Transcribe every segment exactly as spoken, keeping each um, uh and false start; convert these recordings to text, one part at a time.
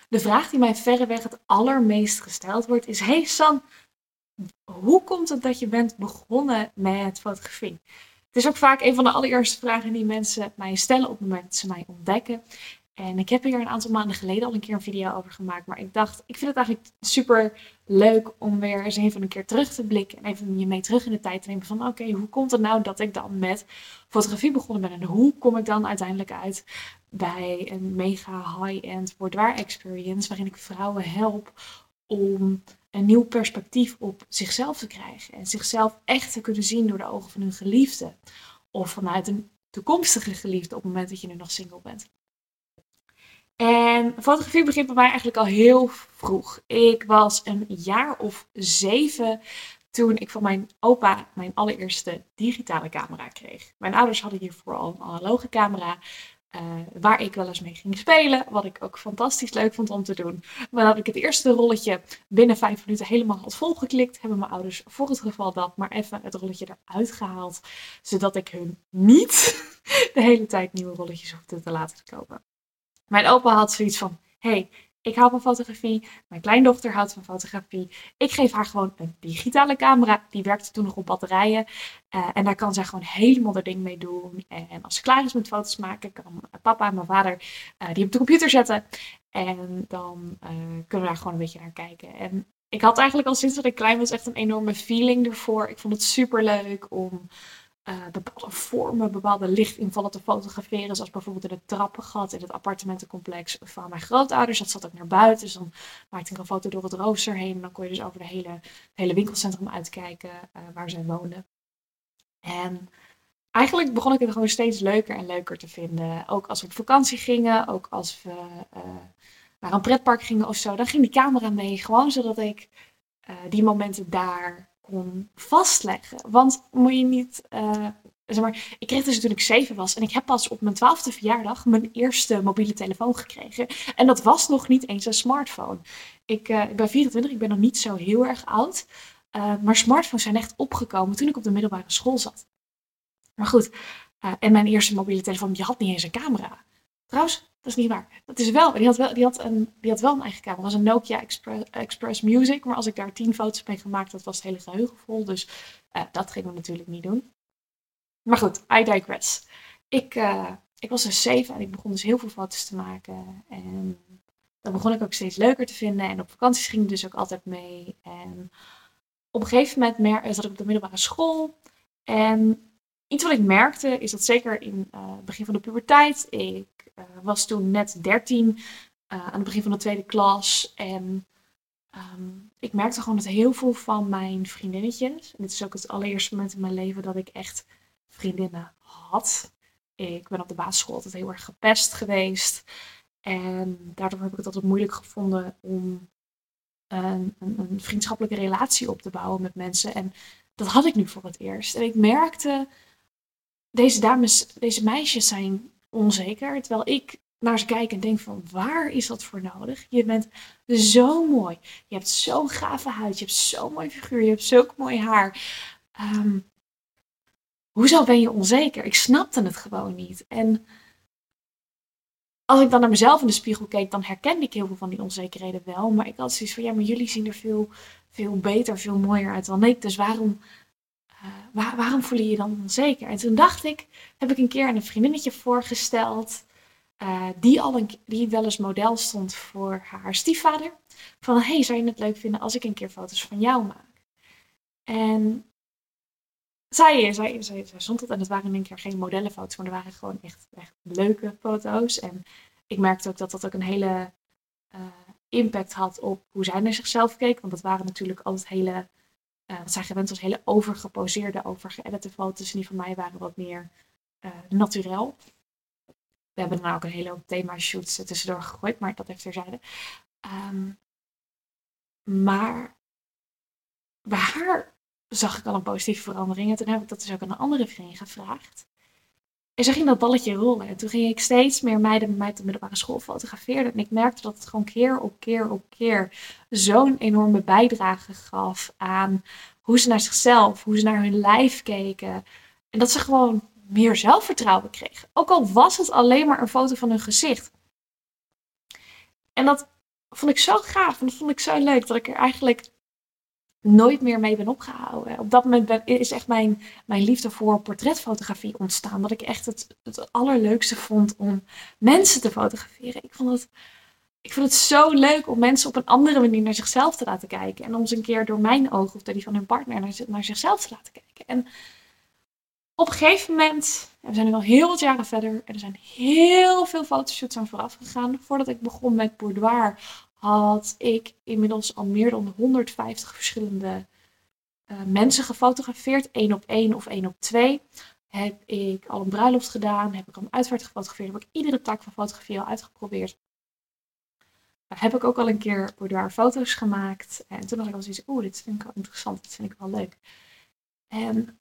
De vraag die mij verreweg het allermeest gesteld wordt is: hey San, hoe komt het dat je bent begonnen met fotografie? Het is ook vaak een van de allereerste vragen die mensen mij stellen op het moment dat ze mij ontdekken. En ik heb hier een aantal maanden geleden al een keer een video over gemaakt. Maar ik dacht, ik vind het eigenlijk super leuk om weer eens even een keer terug te blikken. En even je mee terug in de tijd te nemen van oké, okay, hoe komt het nou dat ik dan met fotografie begonnen ben? En hoe kom ik dan uiteindelijk uit bij een mega high-end boudoir experience. Waarin ik vrouwen help om een nieuw perspectief op zichzelf te krijgen. En zichzelf echt te kunnen zien door de ogen van hun geliefde. Of vanuit een toekomstige geliefde op het moment dat je nu nog single bent. En fotografie begint bij mij eigenlijk al heel vroeg. Ik was een jaar of zeven toen ik van mijn opa mijn allereerste digitale camera kreeg. Mijn ouders hadden hiervoor al een analoge camera. Uh, waar ik wel eens mee ging spelen. Wat ik ook fantastisch leuk vond om te doen. Maar dat ik het eerste rolletje binnen vijf minuten helemaal had volgeklikt. Hebben mijn ouders voor het geval dat maar even het rolletje eruit gehaald. Zodat ik hun niet de hele tijd nieuwe rolletjes hoefde te laten kopen. Mijn opa had zoiets van: hey, ik hou van fotografie. Mijn kleindochter houdt van fotografie. Ik geef haar gewoon een digitale camera. Die werkte toen nog op batterijen. Uh, en daar kan zij gewoon helemaal haar ding mee doen. En als ze klaar is met foto's maken, kan papa en mijn vader uh, die op de computer zetten. En dan uh, kunnen we daar gewoon een beetje naar kijken. En ik had eigenlijk al sinds dat ik klein was echt een enorme feeling ervoor. Ik vond het super leuk om Uh, bepaalde vormen, bepaalde lichtinvallen te fotograferen. Zoals bijvoorbeeld in het trappengat in het appartementencomplex van mijn grootouders. Dat zat ook naar buiten. Dus dan maakte ik een foto door het rooster heen. En dan kon je dus over de hele, het hele winkelcentrum uitkijken uh, waar zij woonden. En eigenlijk begon ik het gewoon steeds leuker en leuker te vinden. Ook als we op vakantie gingen. Ook als we uh, naar een pretpark gingen of zo. Dan ging die camera mee. Gewoon zodat ik uh, die momenten daar kon vastleggen. Want moet je niet... Uh, zeg maar, ik kreeg dus toen ik zeven was. En ik heb pas op mijn twaalfde verjaardag mijn eerste mobiele telefoon gekregen. En dat was nog niet eens een smartphone. Ik, uh, ik ben vierentwintig, ik ben nog niet zo heel erg oud. Uh, maar smartphones zijn echt opgekomen toen ik op de middelbare school zat. Maar goed, uh, en mijn eerste mobiele telefoon, die had niet eens een camera. Trouwens, dat is niet waar. Dat is wel, die had wel, die had een, die had wel een eigen camera. Dat was een Nokia Express, Express Music. Maar als ik daar tien foto's mee gemaakt had, was het hele geheugen vol. Dus uh, dat gingen we natuurlijk niet doen. Maar goed, I digress. Ik, uh, ik was dus zeven en ik begon dus heel veel foto's te maken. En dat begon ik ook steeds leuker te vinden. En op vakanties ging ik dus ook altijd mee. En op een gegeven moment mer- zat ik op de middelbare school. En iets wat ik merkte is dat zeker in uh, het begin van de puberteit. Ik uh, was toen net dertien, uh, aan het begin van de tweede klas. En um, ik merkte gewoon dat heel veel van mijn vriendinnetjes. En dit is ook het allereerste moment in mijn leven dat ik echt vriendinnen had. Ik ben op de basisschool altijd heel erg gepest geweest. En daardoor heb ik het altijd moeilijk gevonden om een, een, een vriendschappelijke relatie op te bouwen met mensen. En dat had ik nu voor het eerst. En ik merkte, deze dames, deze meisjes zijn onzeker. Terwijl ik naar ze kijk en denk van, waar is dat voor nodig? Je bent zo mooi. Je hebt zo'n gave huid. Je hebt zo'n mooi figuur. Je hebt zulk mooi haar. Um, hoezo ben je onzeker? Ik snapte het gewoon niet. En als ik dan naar mezelf in de spiegel keek, dan herkende ik heel veel van die onzekerheden wel. Maar ik had zoiets van, ja, maar jullie zien er veel, veel beter, veel mooier uit dan ik. Dus waarom, uh, waar, waarom voel je je dan onzeker? En toen dacht ik, heb ik een keer een vriendinnetje voorgesteld. Uh, die, al een, die wel eens model stond voor haar stiefvader. Van, hé, hey, zou je het leuk vinden als ik een keer foto's van jou maak? En zij, zij, zij, zij stond het en het waren in één keer geen modellenfoto's, maar er waren gewoon echt, echt leuke foto's. En ik merkte ook dat dat ook een hele uh, impact had op hoe zij naar zichzelf keek. Want dat waren natuurlijk altijd hele, uh, wat zij gewend was, hele overgeposeerde, overgeëdite foto's. En die van mij waren wat meer uh, naturel. We hebben daarna ook een hele hoop thema-shoots tussendoor gegooid, maar dat heeft terzijde. Um, maar bij haar zag ik al een positieve verandering. En toen heb ik dat dus ook aan een andere vriendin gevraagd. En zo ging dat balletje rollen. En toen ging ik steeds meer meiden met mij op de middelbare school fotografeerden. En ik merkte dat het gewoon keer op keer op keer zo'n enorme bijdrage gaf aan hoe ze naar zichzelf, hoe ze naar hun lijf keken. En dat ze gewoon meer zelfvertrouwen kregen. Ook al was het alleen maar een foto van hun gezicht. En dat vond ik zo gaaf en dat vond ik zo leuk dat ik er eigenlijk nooit meer mee ben opgehouden. Op dat moment ben, is echt mijn, mijn liefde voor portretfotografie ontstaan. Dat ik echt het, het allerleukste vond om mensen te fotograferen. Ik vond het, ik vond het zo leuk om mensen op een andere manier naar zichzelf te laten kijken. En om eens een keer door mijn ogen of door die van hun partner naar, naar zichzelf te laten kijken. En op een gegeven moment, en we zijn nu al heel wat jaren verder, en er zijn heel veel fotoshoots aan vooraf gegaan. Voordat ik begon met Boudoir had ik inmiddels al meer dan honderdvijftig verschillende uh, mensen gefotografeerd. één op één of één op twee. Heb ik al een bruiloft gedaan, heb ik al een uitvaart gefotografeerd, heb ik iedere tak van fotografie al uitgeprobeerd. Daar heb ik ook al een keer Boudoir foto's gemaakt. En toen dacht ik al zoiets, oeh, dit vind ik wel interessant, dit vind ik wel leuk. En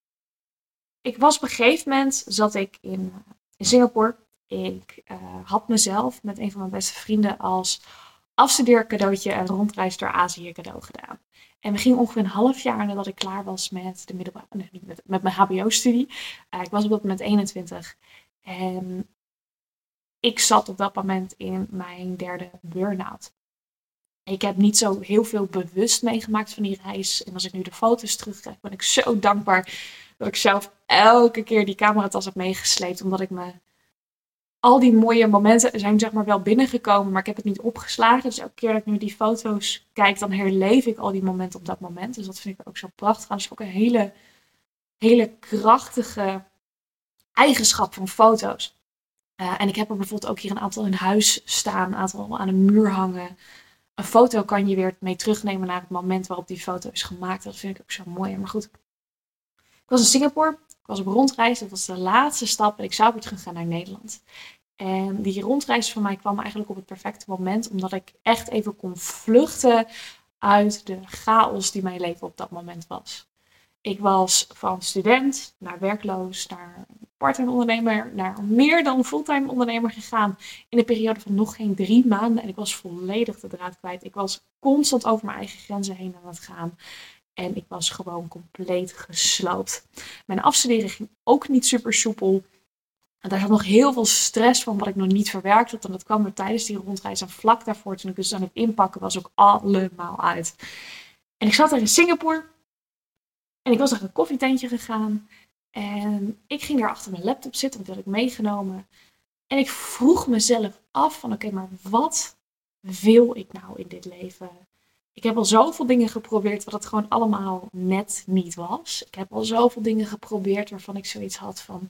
ik was op een gegeven moment, zat ik in, in Singapore. Ik uh, had mezelf met een van mijn beste vrienden als afstudeercadeautje een rondreis door Azië cadeau gedaan. En we gingen ongeveer een half jaar nadat ik klaar was met, de middelbare, nee, niet met, met mijn hbo-studie. Uh, ik was op dat moment eenentwintig. En ik zat op dat moment in mijn derde burn-out. Ik heb niet zo heel veel bewust meegemaakt van die reis. En als ik nu de foto's terugkrijg, ben ik zo dankbaar dat ik zelf elke keer die cameratas heb meegesleept. Omdat ik me... Al die mooie momenten zijn zeg maar wel binnengekomen, maar ik heb het niet opgeslagen. Dus elke keer dat ik nu die foto's kijk, dan herleef ik al die momenten op dat moment. Dus dat vind ik ook zo prachtig. Dat is ook een hele, hele krachtige eigenschap van foto's. Uh, en ik heb er bijvoorbeeld ook hier een aantal in huis staan, een aantal aan de muur hangen. Een foto kan je weer mee terugnemen naar het moment waarop die foto is gemaakt. Dat vind ik ook zo mooi. Maar goed, ik was in Singapore. Ik was op rondreis. Dat was de laatste stap. En ik zou weer terug gaan naar Nederland. En die rondreis van mij kwam eigenlijk op het perfecte moment. Omdat ik echt even kon vluchten uit de chaos die mijn leven op dat moment was. Ik was van student naar werkloos, naar part-time ondernemer, naar meer dan fulltime ondernemer gegaan. In een periode van nog geen drie maanden. En ik was volledig de draad kwijt. Ik was constant over mijn eigen grenzen heen aan het gaan. En ik was gewoon compleet gesloopt. Mijn afstuderen ging ook niet super soepel. En daar zat nog heel veel stress van wat ik nog niet verwerkt had. En dat kwam er tijdens die rondreis en vlak daarvoor, toen ik dus aan het inpakken was, ook allemaal uit. En ik zat er in Singapore. En ik was naar een koffietentje gegaan. En ik ging daar achter mijn laptop zitten, dat had ik meegenomen. En ik vroeg mezelf af van oké, okay, maar wat wil ik nou in dit leven? Ik heb al zoveel dingen geprobeerd wat het gewoon allemaal net niet was. Ik heb al zoveel dingen geprobeerd waarvan ik zoiets had van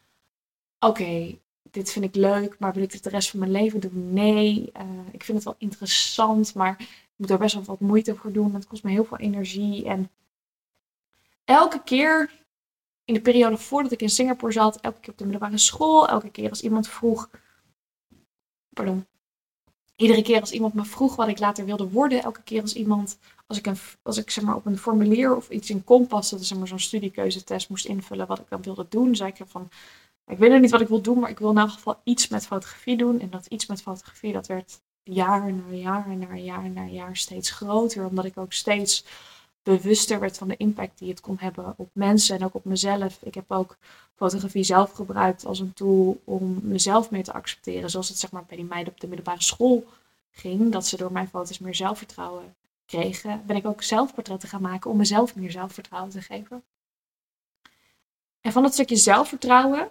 oké, okay, dit vind ik leuk, maar wil ik dit de rest van mijn leven doen? Nee, uh, ik vind het wel interessant, maar ik moet er best wel wat moeite voor doen. Het kost me heel veel energie. En elke keer in de periode voordat ik in Singapore zat, elke keer op de middelbare school, elke keer als iemand vroeg, pardon, iedere keer als iemand me vroeg wat ik later wilde worden, elke keer als iemand, als ik, een, als ik zeg maar, op een formulier of iets in Kompas, dat is zeg maar, zo'n studiekeuzetest moest invullen wat ik dan wilde doen, zei ik van, ik weet nog niet wat ik wil doen, maar ik wil in elk geval iets met fotografie doen. En dat iets met fotografie, dat werd jaar na jaar na jaar na jaar steeds groter, omdat ik ook steeds bewuster werd van de impact die het kon hebben op mensen en ook op mezelf. Ik heb ook fotografie zelf gebruikt als een tool om mezelf meer te accepteren. Zoals het zeg maar bij die meiden op de middelbare school ging, dat ze door mijn foto's meer zelfvertrouwen kregen, ben ik ook zelf portretten gaan maken om mezelf meer zelfvertrouwen te geven. En van dat stukje zelfvertrouwen,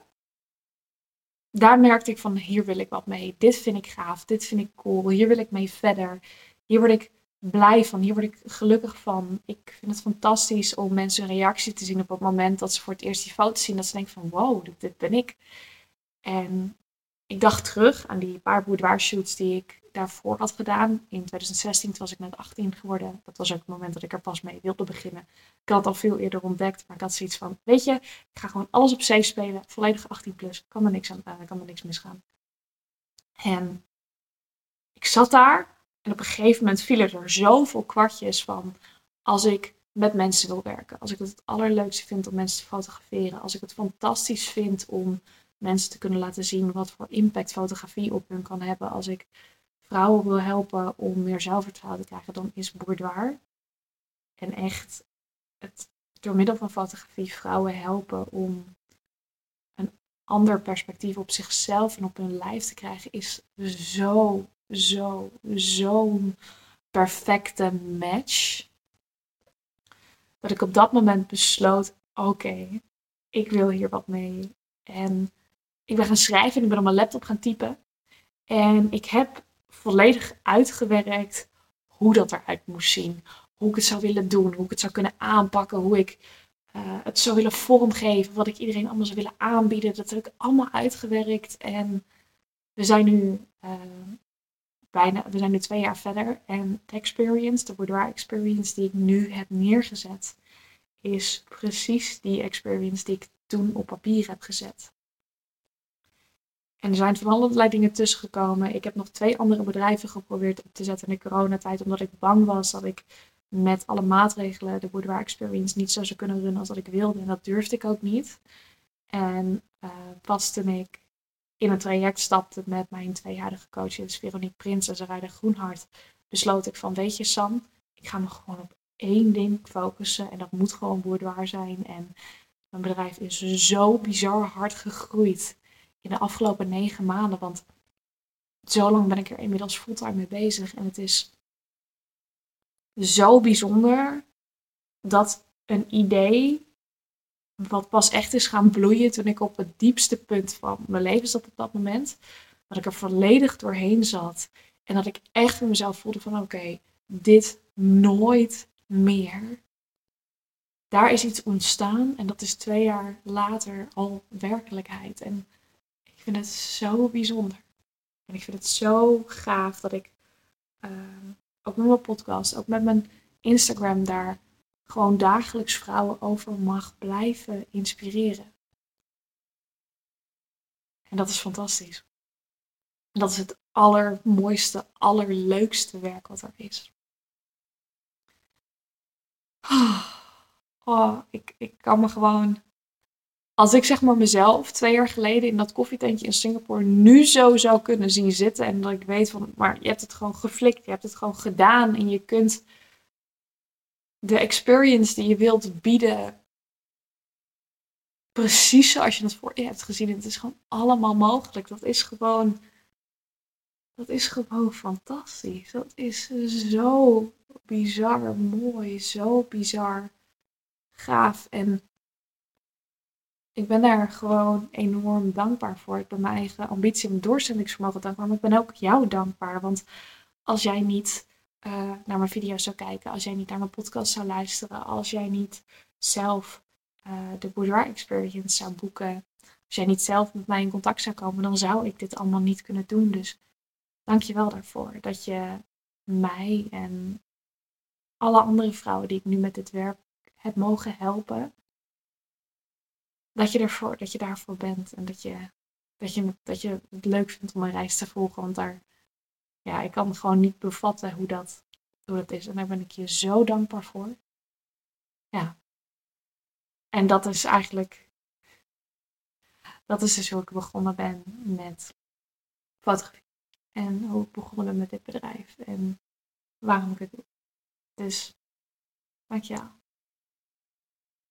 daar merkte ik van, hier wil ik wat mee. Dit vind ik gaaf, dit vind ik cool, hier wil ik mee verder. Hier word ik blij van, hier word ik gelukkig van. Ik vind het fantastisch om mensen een reactie te zien op het moment dat ze voor het eerst die foto zien. Dat ze denken van, wow, dit, dit ben ik. En ik dacht terug aan die paar boudoir shoots die ik daarvoor had gedaan. In twintig zestien, toen was ik net achttien geworden. Dat was ook het moment dat ik er pas mee wilde beginnen. Ik had het al veel eerder ontdekt, maar ik had zoiets van, weet je, ik ga gewoon alles op safe spelen. Volledig achttien plus, kan er niks aan, uh, kan er niks misgaan. En ik zat daar. En op een gegeven moment vielen er zoveel kwartjes van, als ik met mensen wil werken, als ik het het allerleukste vind om mensen te fotograferen, als ik het fantastisch vind om mensen te kunnen laten zien wat voor impact fotografie op hun kan hebben, als ik vrouwen wil helpen om meer zelfvertrouwen te krijgen, dan is Boudoir. En echt het door middel van fotografie vrouwen helpen om een ander perspectief op zichzelf en op hun lijf te krijgen, is zo zo, zo'n perfecte match. Dat ik op dat moment besloot, oké, okay, ik wil hier wat mee. En ik ben gaan schrijven en ik ben op mijn laptop gaan typen. En ik heb volledig uitgewerkt hoe dat eruit moest zien. Hoe ik het zou willen doen, hoe ik het zou kunnen aanpakken, hoe ik uh, het zou willen vormgeven, wat ik iedereen allemaal zou willen aanbieden. Dat heb ik allemaal uitgewerkt. En we zijn nu uh, bijna, we zijn nu twee jaar verder. En de experience, de boudoir experience die ik nu heb neergezet, is precies die experience die ik toen op papier heb gezet. En er zijn van allerlei dingen tussen gekomen. Ik heb nog twee andere bedrijven geprobeerd op te zetten in de coronatijd, omdat ik bang was dat ik met alle maatregelen de boudoir experience niet zo zou kunnen runnen als dat ik wilde. En dat durfde ik ook niet. En uh, pas toen ik in een traject stapte met mijn twee huidige coaches, Veronique Prins en Sarayda Groenhart, besloot ik van, weet je Sam, ik ga me gewoon op één ding focussen en dat moet gewoon boudoir zijn. En mijn bedrijf is zo bizar hard gegroeid in de afgelopen negen maanden, want zo lang ben ik er inmiddels fulltime mee bezig. En het is zo bijzonder dat een idee, wat pas echt is gaan bloeien toen ik op het diepste punt van mijn leven zat op dat moment, dat ik er volledig doorheen zat en dat ik echt voor mezelf voelde van, oké, okay, dit nooit meer. Daar is iets ontstaan en dat is twee jaar later al werkelijkheid. En ik vind het zo bijzonder. En ik vind het zo gaaf dat ik uh, ook met mijn podcast, ook met mijn Instagram daar gewoon dagelijks vrouwen over mag blijven inspireren. En dat is fantastisch. En dat is het allermooiste, allerleukste werk wat er is. Oh, ik, ik kan me gewoon... Als ik zeg maar mezelf twee jaar geleden in dat koffietentje in Singapore nu zo zou kunnen zien zitten. En dat ik weet van, maar je hebt het gewoon geflikt. Je hebt het gewoon gedaan. En je kunt de experience die je wilt bieden precies zoals je het voor je hebt gezien. En het is gewoon allemaal mogelijk. Dat is gewoon, dat is gewoon fantastisch. Dat is zo bizar mooi. Zo bizar gaaf. En ik ben daar gewoon enorm dankbaar voor. Ik ben mijn eigen ambitie en mijn doorzettingsvermogen dankbaar. Maar ik ben ook jou dankbaar. Want als jij niet uh, naar mijn video's zou kijken. Als jij niet naar mijn podcast zou luisteren. Als jij niet zelf uh, de boudoir experience zou boeken. Als jij niet zelf met mij in contact zou komen. Dan zou ik dit allemaal niet kunnen doen. Dus dank je wel daarvoor. Dat je mij en alle andere vrouwen die ik nu met dit werk heb mogen helpen. Dat je, ervoor, dat je daarvoor bent en dat je, dat, je, dat je het leuk vindt om een reis te volgen. Want daar, ja, ik kan gewoon niet bevatten hoe dat, hoe dat is. En daar ben ik je zo dankbaar voor. Ja. En dat is eigenlijk, dat is dus hoe ik begonnen ben met fotografie. En hoe ik begonnen ben met dit bedrijf. En waarom ik het doe. Dus, dankjewel.